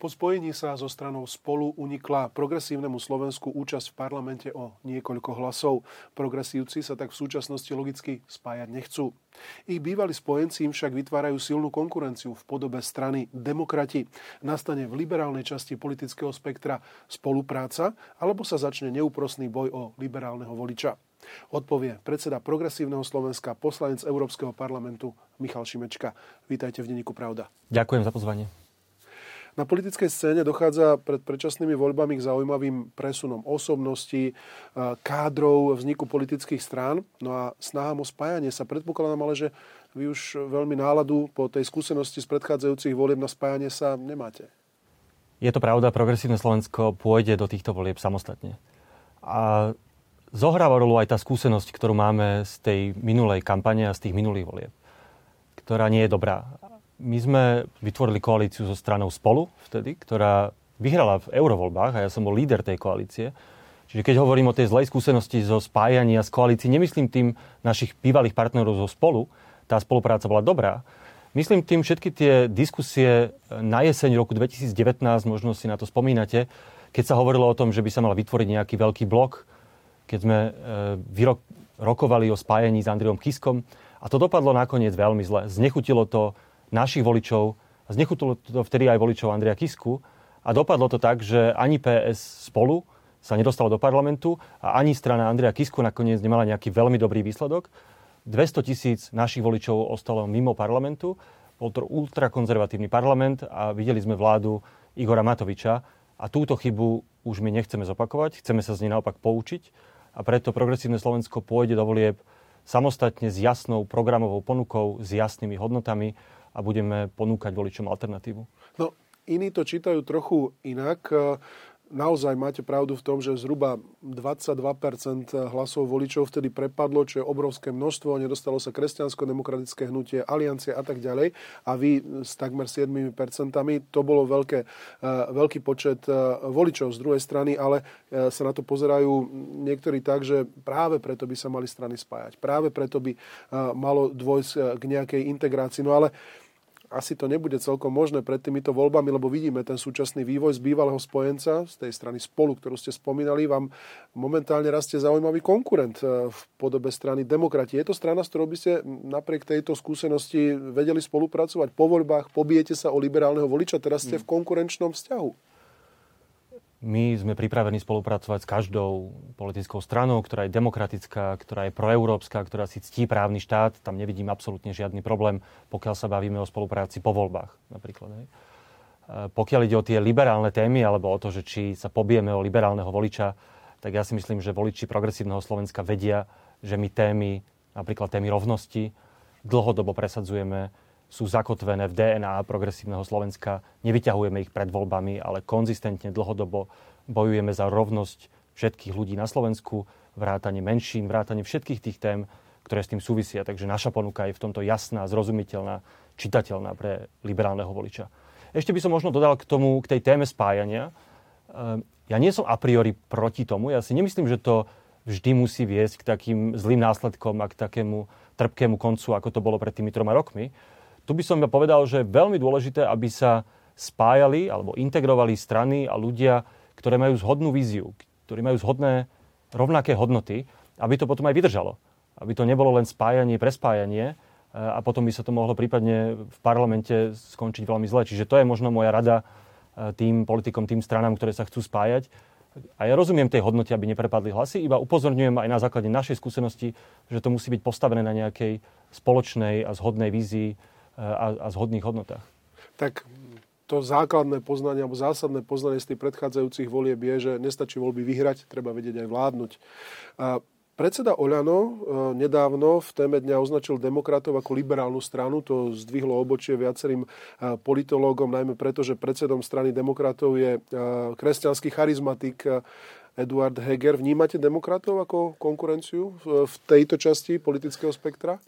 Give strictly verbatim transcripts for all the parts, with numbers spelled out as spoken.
Po spojení sa so stranou Spolu unikla progresívnemu Slovensku účasť v parlamente o niekoľko hlasov. Progresívci sa tak v súčasnosti logicky spájať nechcú. Ich bývalí spojenci im však vytvárajú silnú konkurenciu v podobe strany Demokrati. Nastane v liberálnej časti politického spektra spolupráca, alebo sa začne neúprosný boj o liberálneho voliča? Odpovie predseda Progresívneho Slovenska, poslanec Európskeho parlamentu Michal Šimečka. Vítajte v denníku Pravda. Ďakujem za pozvanie. Na politickej scéne dochádza pred predčasnými voľbami k zaujímavým presunom osobností, kádrov, vzniku politických strán. No a snahám o spájanie sa, predpokladám ale, že vy už veľmi náladu po tej skúsenosti z predchádzajúcich volieb na spájanie sa nemáte. Je to pravda, Progresívne Slovensko pôjde do týchto volieb samostatne. A zohráva rolu aj tá skúsenosť, ktorú máme z tej minulej kampane a z tých minulých volieb, ktorá nie je dobrá. My sme vytvorili koalíciu so stranou Spolu vtedy, ktorá vyhrala v eurovoľbách a ja som bol líder tej koalície. Čiže keď hovorím o tej zlej skúsenosti zo spájania z koalícií, nemyslím tým našich bývalých partnerov zo Spolu, tá spolupráca bola dobrá. Myslím tým všetky tie diskusie na jeseň roku dvetisíc devätnásť, možno si na to spomínate, keď sa hovorilo o tom, že by sa mal vytvoriť nejaký veľký blok, keď sme e, vyrok, rokovali o spájaní s Andrejom Kiskom. A to dopadlo nakoniec veľmi zle. Znechutilo to našich voličov, znechutilo to vtedy aj voličov Andreja Kisku a dopadlo to tak, že ani pé es Spolu sa nedostalo do parlamentu a ani strana Andreja Kisku nakoniec nemala nejaký veľmi dobrý výsledok. dvesto tisíc našich voličov ostalo mimo parlamentu, bol to ultrakonzervatívny parlament a videli sme vládu Igora Matoviča a túto chybu už my nechceme zopakovať, chceme sa z nej naopak poučiť a preto Progresívne Slovensko pôjde do volieb samostatne s jasnou programovou ponukou, s jasnými hodnotami a budeme ponúkať voličom alternatívu. No, iní to čítajú trochu inak. Naozaj máte pravdu v tom, že zhruba dvadsaťdva percent hlasov voličov vtedy prepadlo, čo je obrovské množstvo. Nedostalo sa kresťansko-demokratické hnutie, aliancia a tak ďalej. A vy s takmer sedem percent, to bolo veľké, veľký počet voličov z druhej strany, ale sa na to pozerajú niektorí tak, že práve preto by sa mali strany spájať. Práve preto by malo dôjsť k nejakej integrácii. No ale asi to nebude celkom možné pred týmito voľbami, lebo vidíme ten súčasný vývoj z bývalého spojenca, z tej strany Spolu, ktorú ste spomínali, vám momentálne rastie zaujímavý konkurent v podobe strany Demokrati. Je to strana, s ktorou by ste napriek tejto skúsenosti vedeli spolupracovať po voľbách, pobijete sa o liberálneho voliča, teraz ste v konkurenčnom vzťahu? My sme pripravení spolupracovať s každou politickou stranou, ktorá je demokratická, ktorá je proeurópska, ktorá si ctí právny štát. Tam nevidím absolútne žiadny problém, pokiaľ sa bavíme o spolupráci po voľbách napríklad. Hej. Pokiaľ ide o tie liberálne témy, alebo o to, že či sa pobijeme o liberálneho voliča, tak ja si myslím, že voliči Progresívneho Slovenska vedia, že my témy, napríklad témy rovnosti, dlhodobo presadzujeme, sú zakotvené v dé en á Progresívneho Slovenska. Nevyťahujeme ich pred voľbami, ale konzistentne, dlhodobo bojujeme za rovnosť všetkých ľudí na Slovensku, vrátane menšín, vrátane všetkých tých tém, ktoré s tým súvisia. Takže naša ponuka je v tomto jasná, zrozumiteľná, čitateľná pre liberálneho voliča. Ešte by som možno dodal k tomu, k tej téme spájania. Ja nie som a priori proti tomu. Ja si nemyslím, že to vždy musí viesť k takým zlým následkom a k takému trpkému koncu, ako to bolo pred tými troma rokmi. Tu by som iba povedal, že je veľmi dôležité, aby sa spájali alebo integrovali strany a ľudia, ktoré majú zhodnú víziu, ktorí majú zhodné rovnaké hodnoty, aby to potom aj vydržalo. Aby to nebolo len spájanie pre spájanie a potom by sa to mohlo prípadne v parlamente skončiť veľmi zle. Čiže to je možno moja rada tým politikom, tým stranám, ktoré sa chcú spájať. A ja rozumiem tej hodnote, aby neprepadli hlasy, iba upozorňujem aj na základe našej skúsenosti, že to musí byť postavené na nejakej spoločnej a zhodnej vízii a, a zhodných hodnotách. Tak to základné poznanie alebo zásadné poznanie z tých predchádzajúcich volieb je, že nestačí voľby vyhrať, treba vedieť aj vládnuť. A predseda Oľano nedávno v téme dňa označil Demokratov ako liberálnu stranu. To zdvihlo obočie viacerým politológom, najmä preto, že predsedom strany Demokratov je kresťanský charizmatik Eduard Heger. Vnímate Demokratov ako konkurenciu v tejto časti politického spektra?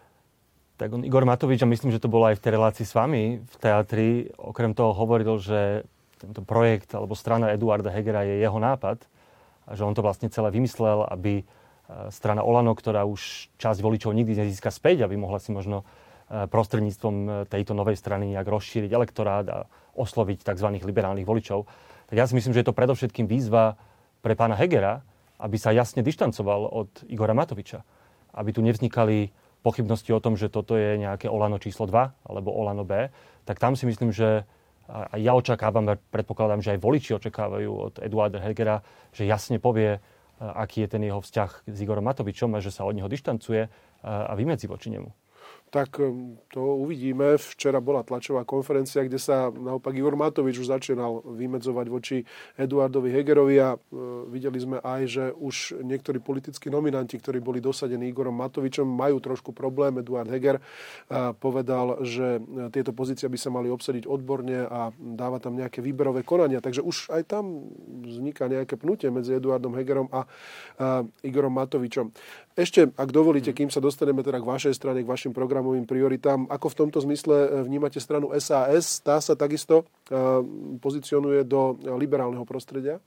Tak on, Igor Matovič, a myslím, že to bolo aj v tej relácii s vami v teatri, okrem toho hovoril, že tento projekt alebo strana Eduarda Hegera je jeho nápad a že on to vlastne celé vymyslel, aby strana Olano, ktorá už časť voličov nikdy nezíska späť, aby mohla si možno prostredníctvom tejto novej strany nejak rozšíriť elektorát a osloviť tzv. Liberálnych voličov. Tak ja si myslím, že je to predovšetkým výzva pre pána Hegera, aby sa jasne dištancoval od Igora Matoviča. Aby tu nevznikali pochybnosti o tom, že toto je nejaké Olano číslo dva alebo Olano B. Tak tam si myslím, že a ja očakávam, predpokladám, že aj voliči očakávajú od Eduarda Hegera, že jasne povie, aký je ten jeho vzťah s Igorom Matovičom a že sa od neho dištancuje a vymedzí voči nemu. Tak to uvidíme. Včera bola tlačová konferencia, kde sa naopak Igor Matovič už začínal vymedzovať voči Eduardovi Hegerovi a e, videli sme aj, že už niektorí politickí nominanti, ktorí boli dosadení Igorom Matovičom, majú trošku problém. Eduard Heger e, povedal, že tieto pozície by sa mali obsadiť odborne a dáva tam nejaké výberové konania. Takže už aj tam vzniká nejaké pnutie medzi Eduardom Hegerom a e, Igorom Matovičom. Ešte, ak dovolíte, kým sa dostaneme teda k vašej strane, k vašim programovým prioritám, ako v tomto zmysle vnímate stranu es a es? Tá sa takisto uh, pozicionuje do liberálneho prostredia?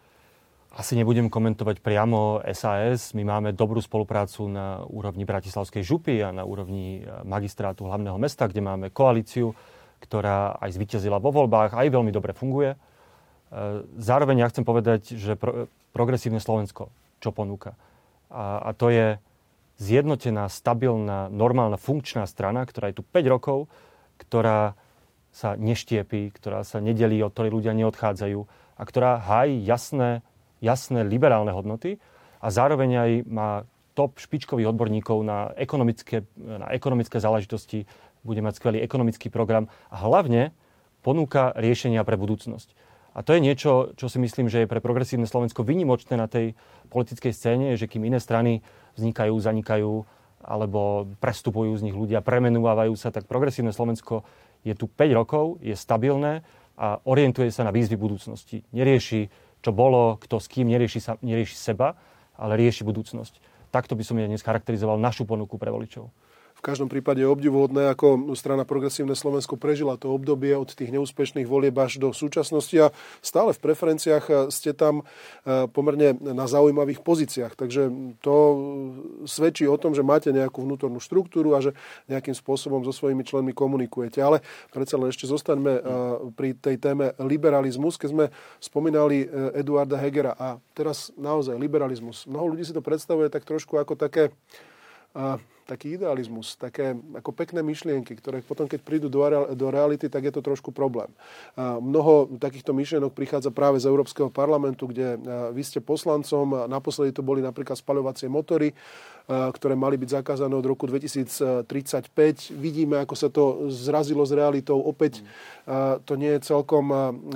Asi nebudem komentovať priamo es a es. My máme dobrú spoluprácu na úrovni Bratislavskej župy a na úrovni magistrátu hlavného mesta, kde máme koalíciu, ktorá aj zvíťazila vo voľbách, aj veľmi dobre funguje. Zároveň ja chcem povedať, že pro, progresívne Slovensko čo ponúka. A, a to je zjednotená, stabilná, normálna, funkčná strana, ktorá je tu päť rokov, ktorá sa neštiepí, ktorá sa nedelí, od ktorej ľudia neodchádzajú a ktorá hájí jasné, jasné liberálne hodnoty a zároveň aj má top špičkových odborníkov na ekonomické, na ekonomické záležitosti, bude mať skvelý ekonomický program a hlavne ponúka riešenia pre budúcnosť. A to je niečo, čo si myslím, že je pre progresívne Slovensko výnimočné na tej politickej scéne, že kým iné strany vznikajú, zanikajú, alebo prestupujú z nich ľudia, premenúvajú sa, tak progresívne Slovensko je tu päť rokov, je stabilné a orientuje sa na výzvy budúcnosti. Nerieši, čo bolo, kto s kým, nerieši, sa, nerieši seba, ale rieši budúcnosť. Takto by som ja dnes charakterizoval našu ponuku pre voličov. V každom prípade je obdivuhodné, ako strana Progresívne Slovensko prežila to obdobie od tých neúspešných volieb až do súčasnosti a stále v preferenciách ste tam pomerne na zaujímavých pozíciách. Takže to svedčí o tom, že máte nejakú vnútornú štruktúru a že nejakým spôsobom so svojimi členmi komunikujete. Ale predsa len ešte zostaňme pri tej téme liberalizmus, keď sme spomínali Eduarda Hegera a teraz naozaj liberalizmus. Mnoho ľudí si to predstavuje tak trošku ako také A, taký idealizmus, také ako pekné myšlienky, ktoré potom, keď prídu do, do reality, tak je to trošku problém. A mnoho takýchto myšlienok prichádza práve z Európskeho parlamentu, kde vy ste poslancom, naposledy to boli napríklad spaľovacie motory, ktoré mali byť zakázané od roku dvetisíctridsaťpäť. Vidíme, ako sa to zrazilo s realitou. Opäť to nie je celkom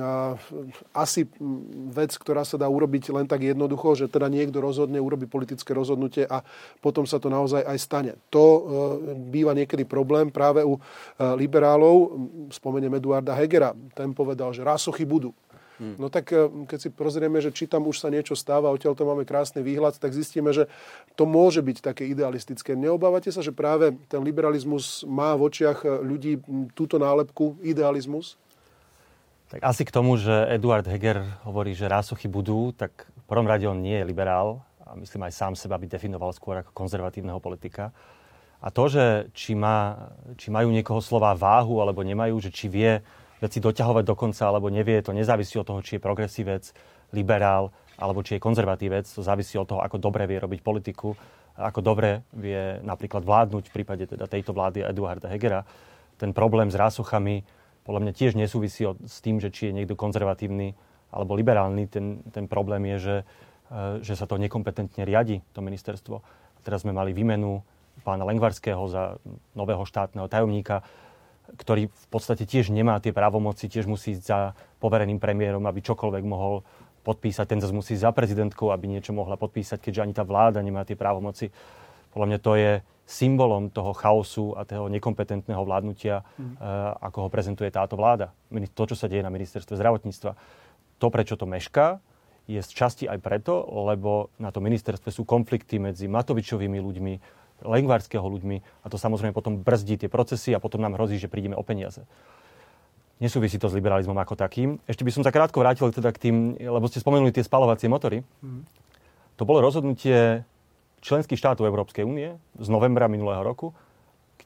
asi vec, ktorá sa dá urobiť len tak jednoducho, že teda niekto rozhodne, urobí politické rozhodnutie a potom sa to naozaj aj stane. To býva niekedy problém práve u liberálov. Spomeniem Eduarda Hegera. Ten povedal, že rásochy budú. Hmm. No tak keď si pozrieme, že či tam už sa niečo stáva, odtiaľ to máme krásny výhľad, tak zistíme, že to môže byť také idealistické. Neobávate sa, že práve ten liberalizmus má v očiach ľudí túto nálepku idealizmus? Tak asi k tomu, že Eduard Heger hovorí, že rásochy budú, tak v prvom rade on nie je liberál a myslím aj sám seba by definoval skôr ako konzervatívneho politika. A to, že či, má, či majú niekoho slova váhu alebo nemajú, že či vie veci doťahovať do konca, alebo nevie, to nezávisí od toho, či je progresívec, liberál, alebo či je konzervatívec. To závisí od toho, ako dobre vie robiť politiku, ako dobre vie napríklad vládnuť v prípade teda tejto vlády Eduarda Hegera. Ten problém s rásochami podľa mňa tiež nesúvisí s tým, že či je niekto konzervatívny alebo liberálny. Ten, ten problém je, že, že sa to nekompetentne riadi, to ministerstvo. Teraz sme mali výmenu pána Lengvarského za nového štátneho tajomníka, ktorý v podstate tiež nemá tie právomoci, tiež musí ísť za povereným premiérom, aby čokoľvek mohol podpísať. Ten zase musí ísť za prezidentkou, aby niečo mohla podpísať, keďže ani tá vláda nemá tie právomoci. Podľa mňa to je symbolom toho chaosu a toho nekompetentného vládnutia, mm. ako ho prezentuje táto vláda. To, čo sa deje na ministerstve zdravotníctva. To, prečo to mešká, je z časti aj preto, lebo na tom ministerstve sú konflikty medzi Matovičovými ľuďmi, Lengvarského ľuďmi a to samozrejme potom brzdí tie procesy a potom nám hrozí, že prídeme o peniaze. Nesúvisí to s liberalizmom ako takým. Ešte by som sa krátko vrátil teda k tým, lebo ste spomenuli tie spaľovacie motory. Mm. To bolo rozhodnutie členských štátov Európskej únie z novembra minulého roku,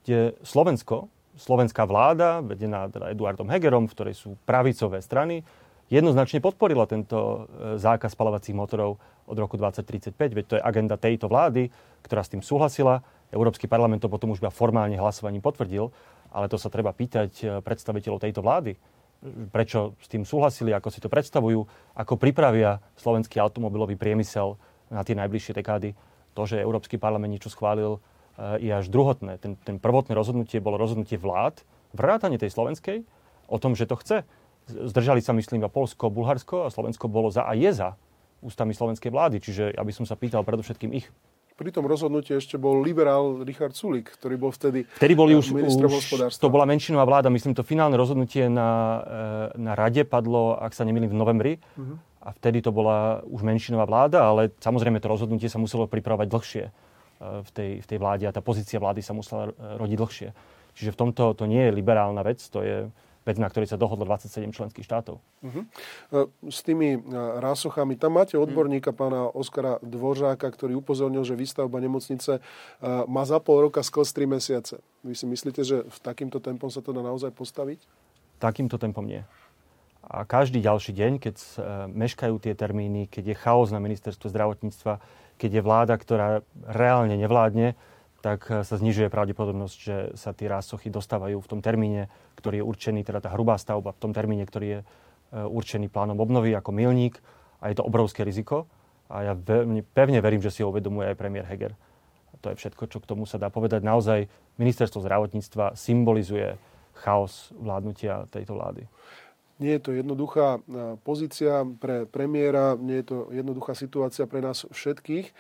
kde Slovensko, slovenská vláda, vedená teda Eduardom Hegerom, v ktorej sú pravicové strany, jednoznačne podporila tento zákaz spaľovacích motorov od roku dvadsať tridsaťpäť. Veď to je agenda tejto vlády, ktorá s tým súhlasila. Európsky parlament to potom už iba formálne hlasovaním potvrdil, ale to sa treba pýtať predstaviteľov tejto vlády. Prečo s tým súhlasili, ako si to predstavujú, ako pripravia slovenský automobilový priemysel na tie najbližšie dekády. To, že Európsky parlament niečo schválil, je až druhotné. Ten, ten prvotné rozhodnutie bolo rozhodnutie vlád, vrátane tej slovenskej, o tom, že to chce. Zdržali sa, myslím, iba Poľsko, Bulharsko a Slovensko bolo za a je za ústami slovenskej vlády. Čiže ja by som sa pýtal predovšetkým ich. Pri tom rozhodnutí ešte bol liberál Richard Sulík, ktorý bol vtedy, vtedy boli už, ministrom už hospodárstva. To bola menšinová vláda. Myslím, to finálne rozhodnutie na, na rade padlo, ak sa nemýlim, v novembri. Uh-huh. A vtedy to bola už menšinová vláda, ale samozrejme to rozhodnutie sa muselo pripravovať dlhšie v tej, v tej vláde a tá pozícia vlády sa musela rodiť dlhšie. Čiže v tomto to nie je liberálna vec, to je vec, na ktorej sa dohodlo dvadsaťsedem členských štátov. Uh-huh. S tými rásochami, tam máte odborníka pána Oskara Dvořáka, ktorý upozornil, že výstavba nemocnice má za pol roka sklz tri mesiace. Vy si myslíte, že v takýmto tempom sa to dá naozaj postaviť? Takýmto tempom nie. A každý ďalší deň, keď meškajú tie termíny, keď je chaos na ministerstve zdravotníctva, keď je vláda, ktorá reálne nevládne, tak sa znižuje pravdepodobnosť, že sa tie rásochy dostávajú v tom termíne, ktorý je určený, teda tá hrubá stavba v tom termíne, ktorý je určený plánom obnovy ako milník. A je to obrovské riziko. A ja veľmi, pevne verím, že si ho uvedomuje aj premiér Heger. A to je všetko, čo k tomu sa dá povedať. Naozaj ministerstvo zdravotníctva symbolizuje chaos vládnutia tejto vlády. Nie je to jednoduchá pozícia pre premiéra, nie je to jednoduchá situácia pre nás všetkých.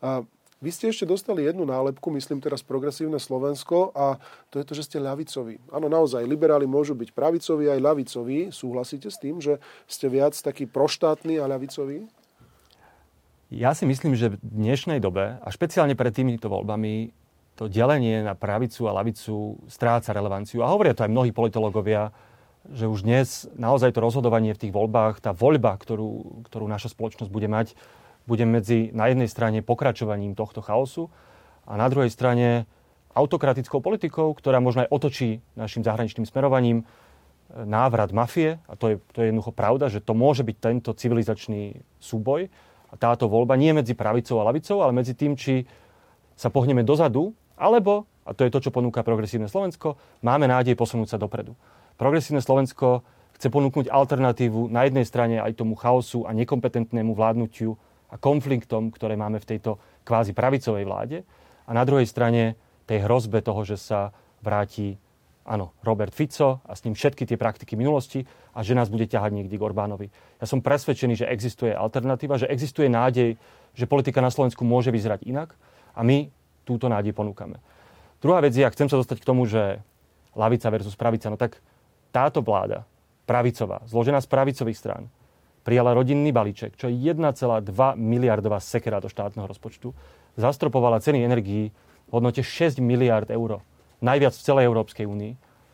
Vy ste ešte dostali jednu nálepku, myslím teraz Progresívne Slovensko, a to je to, že ste ľavicoví. Áno, naozaj, liberáli môžu byť pravicoví aj ľavicoví. Súhlasíte s tým, že ste viac taký proštátny a ľavicový? Ja si myslím, že v dnešnej dobe, a špeciálne pred týmito voľbami, to delenie na pravicu a ľavicu stráca relevanciu. A hovoria to aj mnohí politológovia, že už dnes naozaj to rozhodovanie v tých voľbách, tá voľba, ktorú, ktorú naša spoločnosť bude mať, bude medzi na jednej strane pokračovaním tohto chaosu a na druhej strane autokratickou politikou, ktorá možno aj otočí našim zahraničným smerovaním návrat mafie. A to je, to je jednoducho pravda, že to môže byť tento civilizačný súboj. A táto voľba nie medzi pravicou a ľavicou, ale medzi tým, či sa pohneme dozadu, alebo, a to je to, čo ponúka Progresívne Slovensko, máme nádej posunúť sa dopredu. Progresívne Slovensko chce ponúknuť alternatívu na jednej strane aj tomu chaosu a nekompetentnému vládnutiu a konfliktom, ktoré máme v tejto kvázi pravicovej vláde. A na druhej strane tej hrozbe toho, že sa vráti, áno, Robert Fico a s ním všetky tie praktiky minulosti a že nás bude ťahať niekde k Orbánovi. Ja som presvedčený, že existuje alternatíva, že existuje nádej, že politika na Slovensku môže vyzerať inak a my túto nádej ponúkame. Druhá vec je, ja chcem sa dostať k tomu, že ľavica versus pravica, no tak táto vláda, pravicová, zložená z pravicových strán, prijala rodinný balíček, čo je jeden celá dva miliardová sekera do štátneho rozpočtu, zastropovala ceny energií v hodnote šesť miliárd eur, najviac v celej Európskej únii,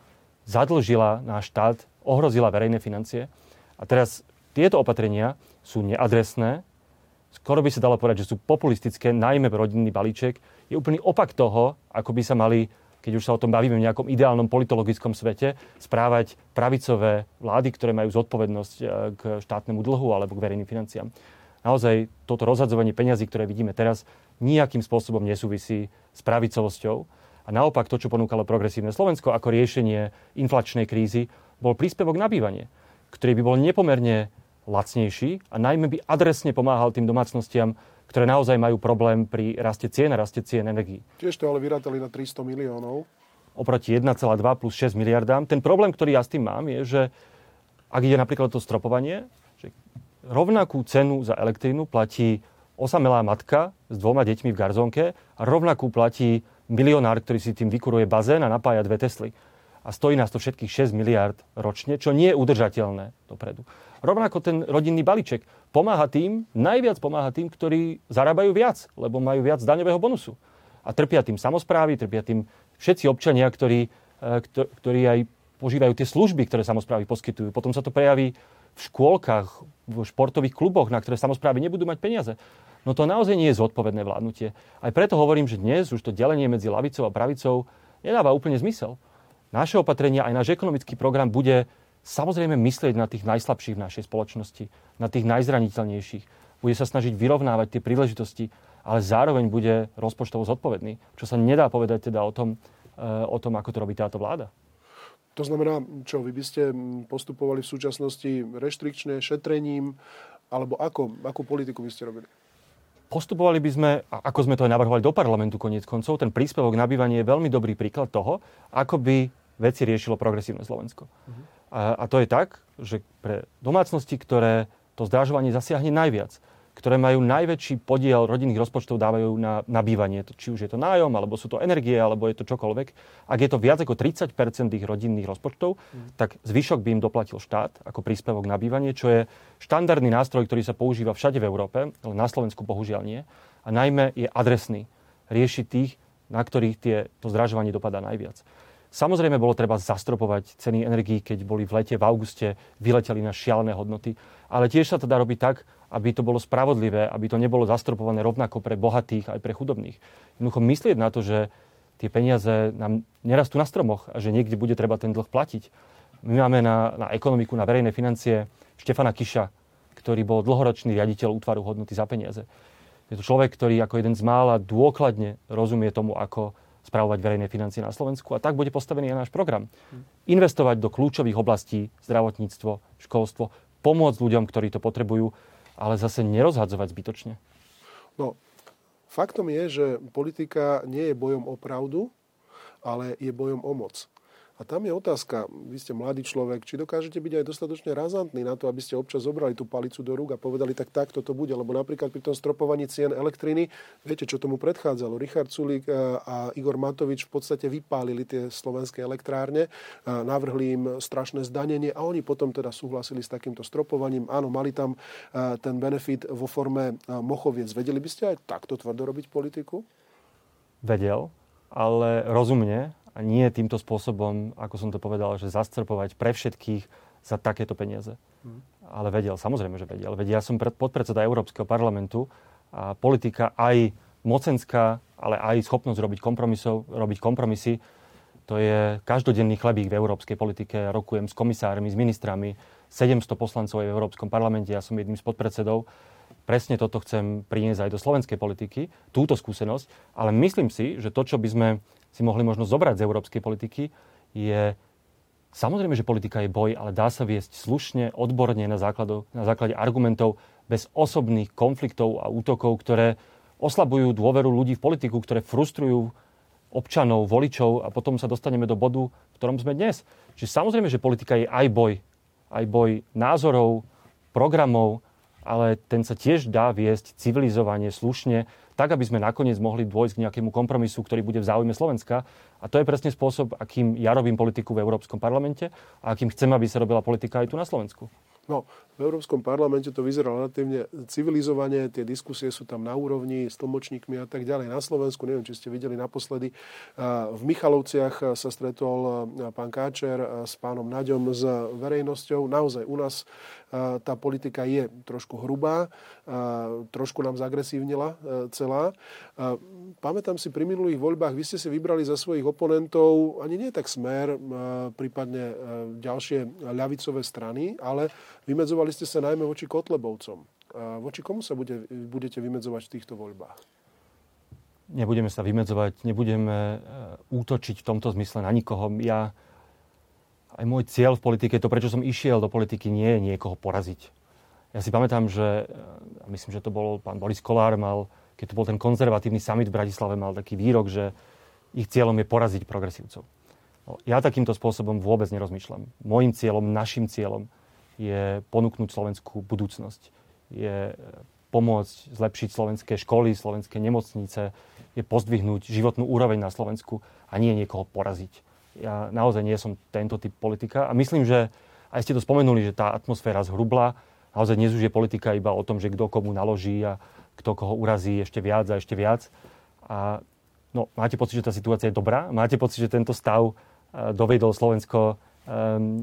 zadlžila náš štát, ohrozila verejné financie a teraz tieto opatrenia sú neadresné, skoro by sa dalo povedať, že sú populistické, najmä rodinný balíček, je úplný opak toho, ako by sa mali, keď už sa o tom bavíme v nejakom ideálnom politologickom svete, správať pravicové vlády, ktoré majú zodpovednosť k štátnemu dlhu alebo k verejným financiám. Naozaj toto rozhadzovanie peňazí, ktoré vidíme teraz, nejakým spôsobom nesúvisí s pravicovosťou. A naopak to, čo ponúkalo Progresívne Slovensko ako riešenie inflačnej krízy, bol príspevok na bývanie, ktorý by bol nepomerne lacnejší a najmä by adresne pomáhal tým domácnostiam, ktoré naozaj majú problém pri raste cien a raste cien energií. Tiež to ale vyrátali na tristo miliónov. Oproti jeden celá dva plus šesť miliardám. Ten problém, ktorý ja s tým mám, je, že ak ide napríklad to stropovanie, že rovnakú cenu za elektrínu platí osamelá matka s dvoma deťmi v garzónke a rovnakú platí milionár, ktorý si tým vykuruje bazén a napája dve Tesly. A stojí nás to všetkých šesť miliárd ročne, čo nie je udržateľné dopredu. Rovnako ten rodinný balíček pomáha tým, najviac pomáha tým, ktorí zarábajú viac, lebo majú viac daňového bonusu. A trpia tým samosprávy, trpia tým všetci občania, ktorí, ktorí aj požívajú tie služby, ktoré samosprávy poskytujú. Potom sa to prejaví v škôlkach, v športových kluboch, na ktoré samosprávy nebudú mať peniaze. No to naozaj nie je zodpovedné vládnutie. Aj preto hovorím, že dnes už to delenie medzi ľavicou a pravicou nedáva úplne zmysel. Naše opatrenia, aj náš ekonomický program bude samozrejme myslieť na tých najslabších v našej spoločnosti, na tých najzraniteľnejších. Bude sa snažiť vyrovnávať tie príležitosti, ale zároveň bude rozpočtovo zodpovedný, čo sa nedá povedať teda o tom, o tom, ako to robí táto vláda. To znamená, čo vy by ste postupovali v súčasnosti reštrikčne, šetrením, alebo ako, akú politiku by ste robili? Postupovali by sme, ako sme to aj navrhovali do parlamentu koniec koncov, ten príspevok na bývanie je veľmi dobrý príklad toho, ako by veci riešilo progresívne Slovensko. Uh-huh. A, a to je tak, že pre domácnosti, ktoré to zdražovanie zasiahne najviac, ktoré majú najväčší podiel rodinných rozpočtov, dávajú na, na bývanie. Či už je to nájom, alebo sú to energie, alebo je to čokoľvek. Ak je to viac ako tridsať percent ich rodinných rozpočtov, mm. tak zvyšok by im doplatil štát ako príspevok na bývanie, čo je štandardný nástroj, ktorý sa používa všade v Európe, ale na Slovensku bohužiaľ nie. A najmä je adresný. Rieši tých, na ktorých tie, to zdražovanie dopadá najviac. Samozrejme bolo treba zastropovať ceny energií, keď boli v lete, v auguste, vyleteli na šialené hodnoty. Ale tiež sa to dá robiť tak, aby to bolo spravodlivé, aby to nebolo zastropované rovnako pre bohatých aj pre chudobných. Jednoducho myslieť na to, že tie peniaze nám nerastú na stromoch a že niekde bude treba ten dlh platiť. My máme na, na ekonomiku, na verejné financie Štefana Kiša, ktorý bol dlhoročný riaditeľ útvaru hodnoty za peniaze. Je to človek, ktorý ako jeden z mála dôkladne rozumie tomu, ako spravovať verejné financie na Slovensku, a tak bude postavený aj náš program. Investovať do kľúčových oblastí, zdravotníctvo, školstvo, pomôcť ľuďom, ktorí to potrebujú, ale zase nerozhadzovať zbytočne. No, faktom je, že politika nie je bojom o pravdu, ale je bojom o moc. A tam je otázka, vy ste mladý človek, či dokážete byť aj dostatočne razantní na to, aby ste občas zobrali tú palicu do rúk a povedali, tak takto to bude. Lebo napríklad pri tom stropovaní cien elektriny, viete, čo tomu predchádzalo? Richard Sulík a Igor Matovič v podstate vypálili tie slovenské elektrárne, navrhli im strašné zdanenie a oni potom teda súhlasili s takýmto stropovaním. Áno, mali tam ten benefit vo forme Mochoviec. Vedeli by ste aj takto tvrdo robiť politiku? Vedel, ale rozumne. A nie týmto spôsobom, ako som to povedal, že zastrpovať pre všetkých za takéto peniaze. Hmm. Ale vedel, samozrejme, že vedel. Veď ja som podpredseda Európskeho parlamentu a politika aj mocenská, ale aj schopnosť robiť kompromisov, robiť kompromisy, to je každodenný chlebík v európskej politike. Ja rokujem s komisármi, s ministrami, sedemsto poslancov je v Európskom parlamente, ja som jedným z podpredsedov. Presne toto chcem priniesť aj do slovenskej politiky, túto skúsenosť, ale myslím si, že to, čo by sme si mohli možno zobrať z európskej politiky, je samozrejme, že politika je boj, ale dá sa viesť slušne, odborne na, základu, na základe argumentov, bez osobných konfliktov a útokov, ktoré oslabujú dôveru ľudí v politiku, ktoré frustrujú občanov, voličov a potom sa dostaneme do bodu, v ktorom sme dnes. Čiže samozrejme, že politika je aj boj. Aj boj názorov, programov, ale ten sa tiež dá viesť civilizovane, slušne, tak, aby sme nakoniec mohli dôjsť k nejakému kompromisu, ktorý bude v záujme Slovenska. A to je presne spôsob, akým ja robím politiku v Európskom parlamente a akým chcem, aby sa robila politika aj tu na Slovensku. No, v Európskom parlamente to vyzerá relatívne civilizovane, tie diskusie sú tam na úrovni s tlmočníkmi a tak ďalej. Na Slovensku, neviem, či ste videli naposledy, v Michalovciach sa stretol pán Káčer s pánom Naďom s verejnosťou. Naozaj u nás tá politika je trošku hrubá, trošku nám zagresívnila celá. Pamätám si, pri minulých voľbách vy ste si vybrali za svojich oponentov ani nie tak Smer, prípadne ďalšie ľavicové strany, ale vymedzovali ste sa najmä voči Kotlebovcom. Voči komu sa bude, budete vymedzovať v týchto voľbách? Nebudeme sa vymedzovať, nebudeme útočiť v tomto zmysle na nikoho. Ja, aj môj cieľ v politike, to prečo som išiel do politiky, nie je niekoho poraziť. Ja si pamätám, že myslím, že to bol pán Boris Kollár, mal, keď to bol ten konzervatívny summit v Bratislave, mal taký výrok, že ich cieľom je poraziť progresívcov. No, ja takýmto spôsobom vôbec nerozmýšľam. Mojím cieľom, našim cieľom je ponúknuť slovenskú budúcnosť. Je pomôcť zlepšiť slovenské školy, slovenské nemocnice, je pozdvihnúť životnú úroveň na Slovensku a nie niekoho poraziť. Ja naozaj nie som tento typ politika a myslím, že aj ste to spomenuli, že tá atmosféra zhrubla. Naozaj dnes už je politika iba o tom, že kto komu naloží a kto koho urazí ešte viac a ešte viac. A no, máte pocit, že tá situácia je dobrá? Máte pocit, že tento stav dovedol Slovensko um,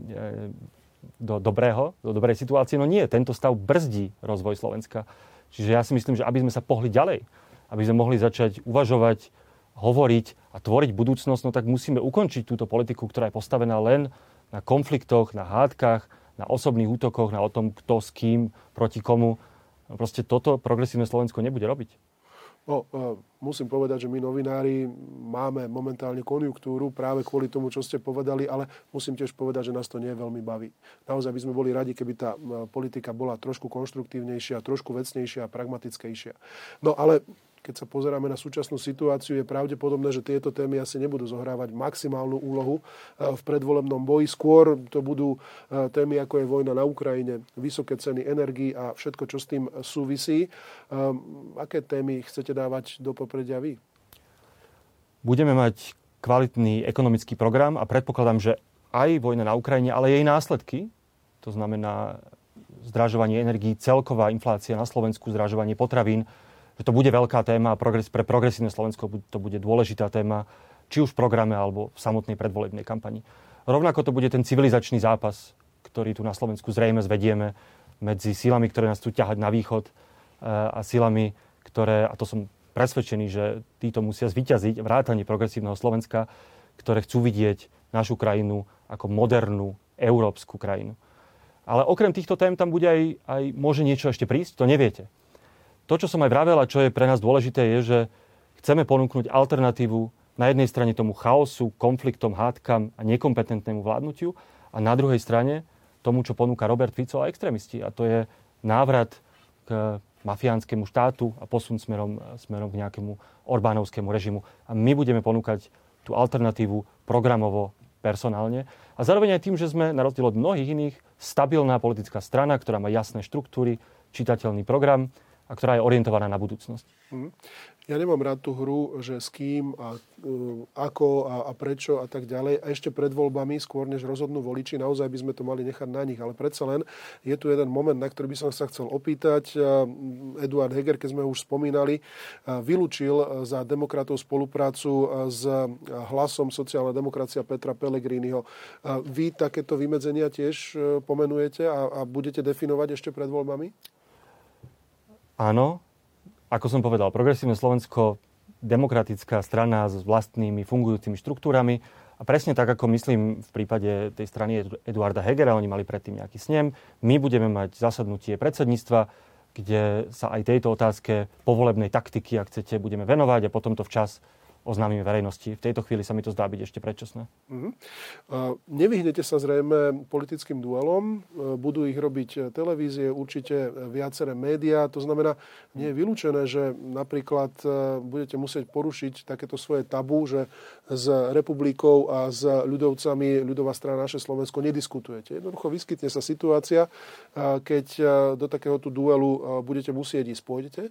do dobrého, do dobrej situácie? No nie, tento stav brzdí rozvoj Slovenska. Čiže ja si myslím, že aby sme sa pohli ďalej, aby sme mohli začať uvažovať, hovoriť a tvoriť budúcnosť, no tak musíme ukončiť túto politiku, ktorá je postavená len na konfliktoch, na hádkach, na osobných útokoch, na o tom, kto s kým, proti komu. No proste toto progresívne Slovensko nebude robiť. No, musím povedať, že my novinári máme momentálne konjunktúru práve kvôli tomu, čo ste povedali, ale musím tiež povedať, že nás to nie veľmi baví. Naozaj by sme boli radi, keby tá politika bola trošku konštruktívnejšia, trošku vecnejšia a pragmatickejšia. No ale keď sa pozeráme na súčasnú situáciu, je pravdepodobné, že tieto témy asi nebudú zohrávať maximálnu úlohu v predvolebnom boji. Skôr to budú témy, ako je vojna na Ukrajine, vysoké ceny energií a všetko, čo s tým súvisí. Aké témy chcete dávať do popredia vy? Budeme mať kvalitný ekonomický program a predpokladám, že aj vojna na Ukrajine, ale jej následky, to znamená zdražovanie energií, celková inflácia na Slovensku, zdražovanie potravín, že to bude veľká téma a progres, pre progresívne Slovensko to bude dôležitá téma, či už v programe alebo v samotnej predvolebnej kampani. Rovnako to bude ten civilizačný zápas, ktorý tu na Slovensku zrejme zvedieme medzi silami, ktoré nás tu ťahať na východ a silami, ktoré, a to som presvedčený, že títo musia zvíťaziť vrátane progresívneho Slovenska, ktoré chcú vidieť našu krajinu ako modernú európsku krajinu. Ale okrem týchto tém tam bude aj, aj môže niečo ešte prísť, to neviete. To, čo som aj vravel a čo je pre nás dôležité, je, že chceme ponúknuť alternatívu na jednej strane tomu chaosu, konfliktom, hádkam a nekompetentnému vládnutiu a na druhej strane tomu, čo ponúka Robert Fico a extrémisti. A to je návrat k mafiánskemu štátu a posun smerom, smerom k nejakému orbánovskému režimu. A my budeme ponúkať tú alternatívu programovo, personálne. A zároveň aj tým, že sme, na rozdiel od mnohých iných, stabilná politická strana, ktorá má jasné štruktúry, čitateľný program a ktorá je orientovaná na budúcnosť. Mm. Ja nemám rád tú hru, že s kým a uh, ako a, a prečo a tak ďalej. A ešte pred voľbami, skôr než rozhodnú voliči, naozaj by sme to mali nechať na nich. Ale predsa len je tu jeden moment, na ktorý by som sa chcel opýtať. Uh, Eduard Heger, keď sme ho už spomínali, uh, vylúčil za demokratov spoluprácu uh, s Hlasom sociálna demokracia Petra Pellegriniho. Uh, vy takéto vymedzenia tiež uh, pomenujete a, a budete definovať ešte pred voľbami? Áno. Ako som povedal, progresívne Slovensko, demokratická strana s vlastnými fungujúcimi štruktúrami a presne tak, ako myslím v prípade tej strany Eduarda Hegera, oni mali predtým nejaký snem, my budeme mať zasadnutie predsedníctva, kde sa aj tejto otázke povolebnej taktiky, ak chcete, budeme venovať a potom to včas oznámime verejnosti. V tejto chvíli sa mi to zdá byť ešte predčasné. Uh-huh. Uh, nevyhnete sa zrejme politickým duelom. Uh, budú ich robiť televízie, určite viaceré médiá. To znamená, nie je vylúčené, že napríklad uh, budete musieť porušiť takéto svoje tabu, že s Republikou a s ľudovcami, ľudová strana Naše Slovensko nediskutujete. Jednoducho vyskytne sa situácia, uh, keď uh, do takéhoto duelu uh, budete musieť ísť. Pôjdete?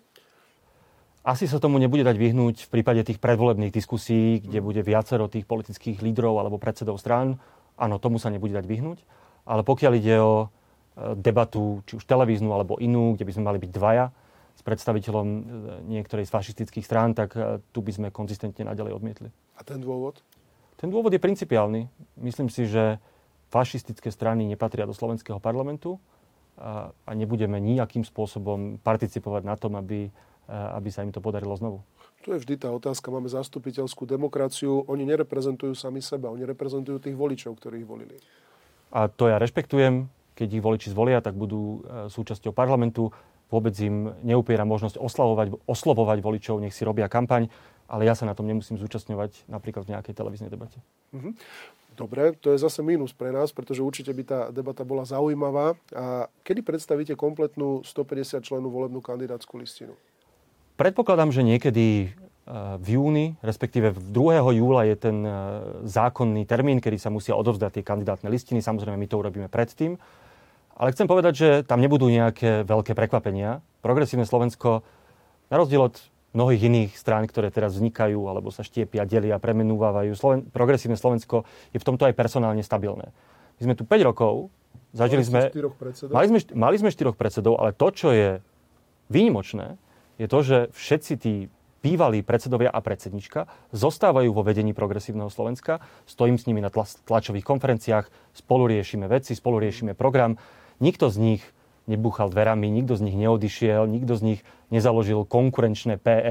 Asi sa tomu nebude dať vyhnúť v prípade tých predvolebných diskusí, kde bude viacero tých politických lídrov alebo predsedov strán. Áno, tomu sa nebude dať vyhnúť. Ale pokiaľ ide o debatu, či už televíznu alebo inú, kde by sme mali byť dvaja s predstaviteľom niektorej z fašistických strán, tak tu by sme konzistentne naďalej odmietli. A ten dôvod? Ten dôvod je principiálny. Myslím si, že fašistické strany nepatria do slovenského parlamentu a, a nebudeme nejakým spôsobom participovať na tom, aby aby sa im to podarilo znovu. To je vždy tá otázka. Máme zastupiteľskú demokraciu. Oni nereprezentujú sami seba. Oni reprezentujú tých voličov, ktorých volili. A to ja rešpektujem. Keď ich voliči zvolia, tak budú súčasťou parlamentu. Vôbec im neupieram možnosť oslavovať, oslovovať voličov, nech si robia kampaň. Ale ja sa na tom nemusím zúčastňovať napríklad v nejakej televíznej debate. Mhm. Dobre, to je zase mínus pre nás, pretože určite by tá debata bola zaujímavá. A kedy predstavíte kompletnú stopäťdesiat členú volebnú kandidátsku listinu? Predpokladám, že niekedy v júni, respektíve druhého júla je ten zákonný termín, kedy sa musia odovzdať tie kandidátne listiny. Samozrejme, my to urobíme predtým. Ale chcem povedať, že tam nebudú nejaké veľké prekvapenia. Progresívne Slovensko, na rozdiel od mnohých iných strán, ktoré teraz vznikajú, alebo sa štiepia, delia, premenúvajú, Sloven- progresívne Slovensko je v tomto aj personálne stabilné. My sme tu päť rokov, zažili sme... Mali sme, mali sme štyroch predsedov, ale to, čo je výnimočné, je to, že všetci tí bývalí predsedovia a predsednička zostávajú vo vedení progresívneho Slovenska. Stojím s nimi na tla- tlačových konferenciách, spolu riešime veci, spolu riešime program. Nikto z nich nebúchal dverami, nikto z nich neodišiel, nikto z nich nezaložil konkurenčné pé es,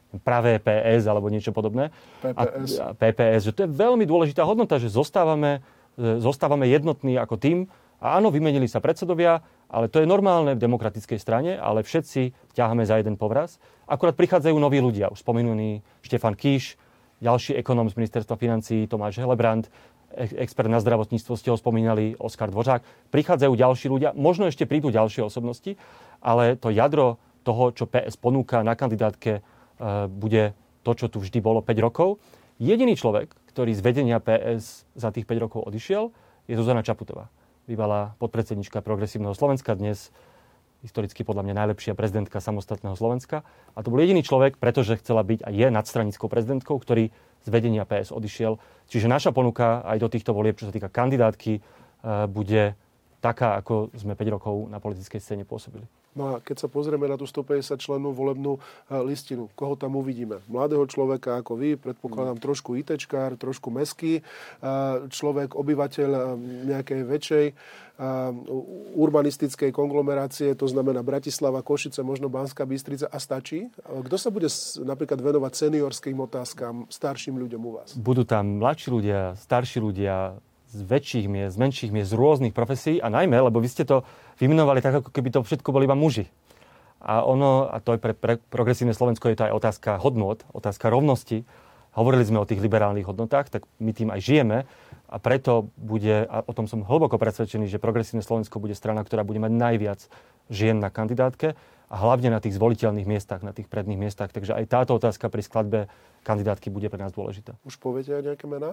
pravé pé es alebo niečo podobné. pé pé es. A, a pé pé es, že to je veľmi dôležitá hodnota, že zostávame, zostávame jednotní ako tým. A áno, vymenili sa predsedovia, ale to je normálne v demokratickej strane, ale všetci ťaháme za jeden povraz. Akurát prichádzajú noví ľudia. Už spomenutý Štefan Kíš, ďalší ekonóm z ministerstva financií Tomáš Helebrant, expert na zdravotníctvo, ste ho spomínali, Oskar Dvořák. Prichádzajú ďalší ľudia, možno ešte prídu ďalšie osobnosti, ale to jadro toho, čo pé es ponúka na kandidátke, bude to, čo tu vždy bolo päť rokov. Jediný človek, ktorý z vedenia pé es za tých päť rokov odišiel, je Zuzana Čaputová. Bývalá podpredsednička Progresívneho Slovenska, dnes historicky podľa mňa najlepšia prezidentka samostatného Slovenska. A to bol jediný človek, pretože chcela byť a je nadstranickou prezidentkou, ktorý z vedenia pé es odišiel. Čiže naša ponuka aj do týchto volieb, čo sa týka kandidátky, bude taká, ako sme päť rokov na politickej scéne pôsobili. No a keď sa pozrieme na tú stopäťdesiat člennú volebnú listinu, koho tam uvidíme? Mladého človeka ako vy, predpokladám trošku ITčkár, trošku mestský človek, obyvateľ nejakej väčšej urbanistickej konglomerácie, to znamená Bratislava, Košice, možno Banská Bystrica a stačí? Kto sa bude napríklad venovať seniorským otázkam, starším ľuďom u vás? Budú tam mladší ľudia, starší ľudia, z väčších miest, z menších miest, z rôznych profesí a najmä, lebo vy ste to vymenovali tak, ako keby to všetko boli iba muži. A ono, a to je pre, pre Progresívne Slovensko, je to aj otázka hodnot, otázka rovnosti. Hovorili sme o tých liberálnych hodnotách, tak my tým aj žijeme a preto bude, a o tom som hlboko presvedčený, že Progresívne Slovensko bude strana, ktorá bude mať najviac žien na kandidátke a hlavne na tých zvoliteľných miestach, na tých predných miestach. Takže aj táto otázka pri skladbe kandidátky bude pre nás dôležitá. Už poviete aj nejaké mená?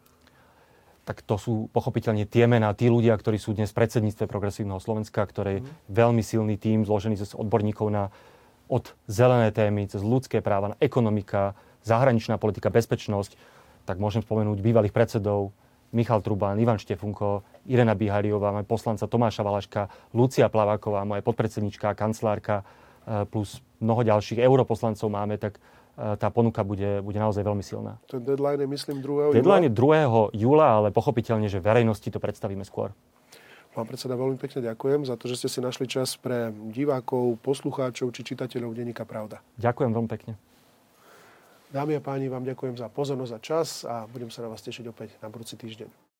Tak to sú pochopiteľne tie mená, tí ľudia, ktorí sú dnes v predsedníctve Progresívneho Slovenska, ktoré je mm. veľmi silný tím, zložený z odborníkov na od zelené témy, cez ľudské práva, na ekonomika, zahraničná politika, bezpečnosť. Tak môžem spomenúť bývalých predsedov Michal Trubán, Ivan Štefunko, Irena Bihariová, máme poslanca Tomáša Valaška, Lucia Plaváková, moja podpredsednička, kancelárka, plus mnoho ďalších europoslancov máme, tak tá ponuka bude, bude naozaj veľmi silná. Ten deadline je, myslím, druhého júla? Deadline je druhého júla, ale pochopiteľne, že verejnosti to predstavíme skôr. Pán predseda, veľmi pekne ďakujem za to, že ste si našli čas pre divákov, poslucháčov či čitateľov denníka Pravda. Ďakujem veľmi pekne. Dámy a páni, vám ďakujem za pozornosť a čas a budem sa na vás tešiť opäť na budúci týždeň.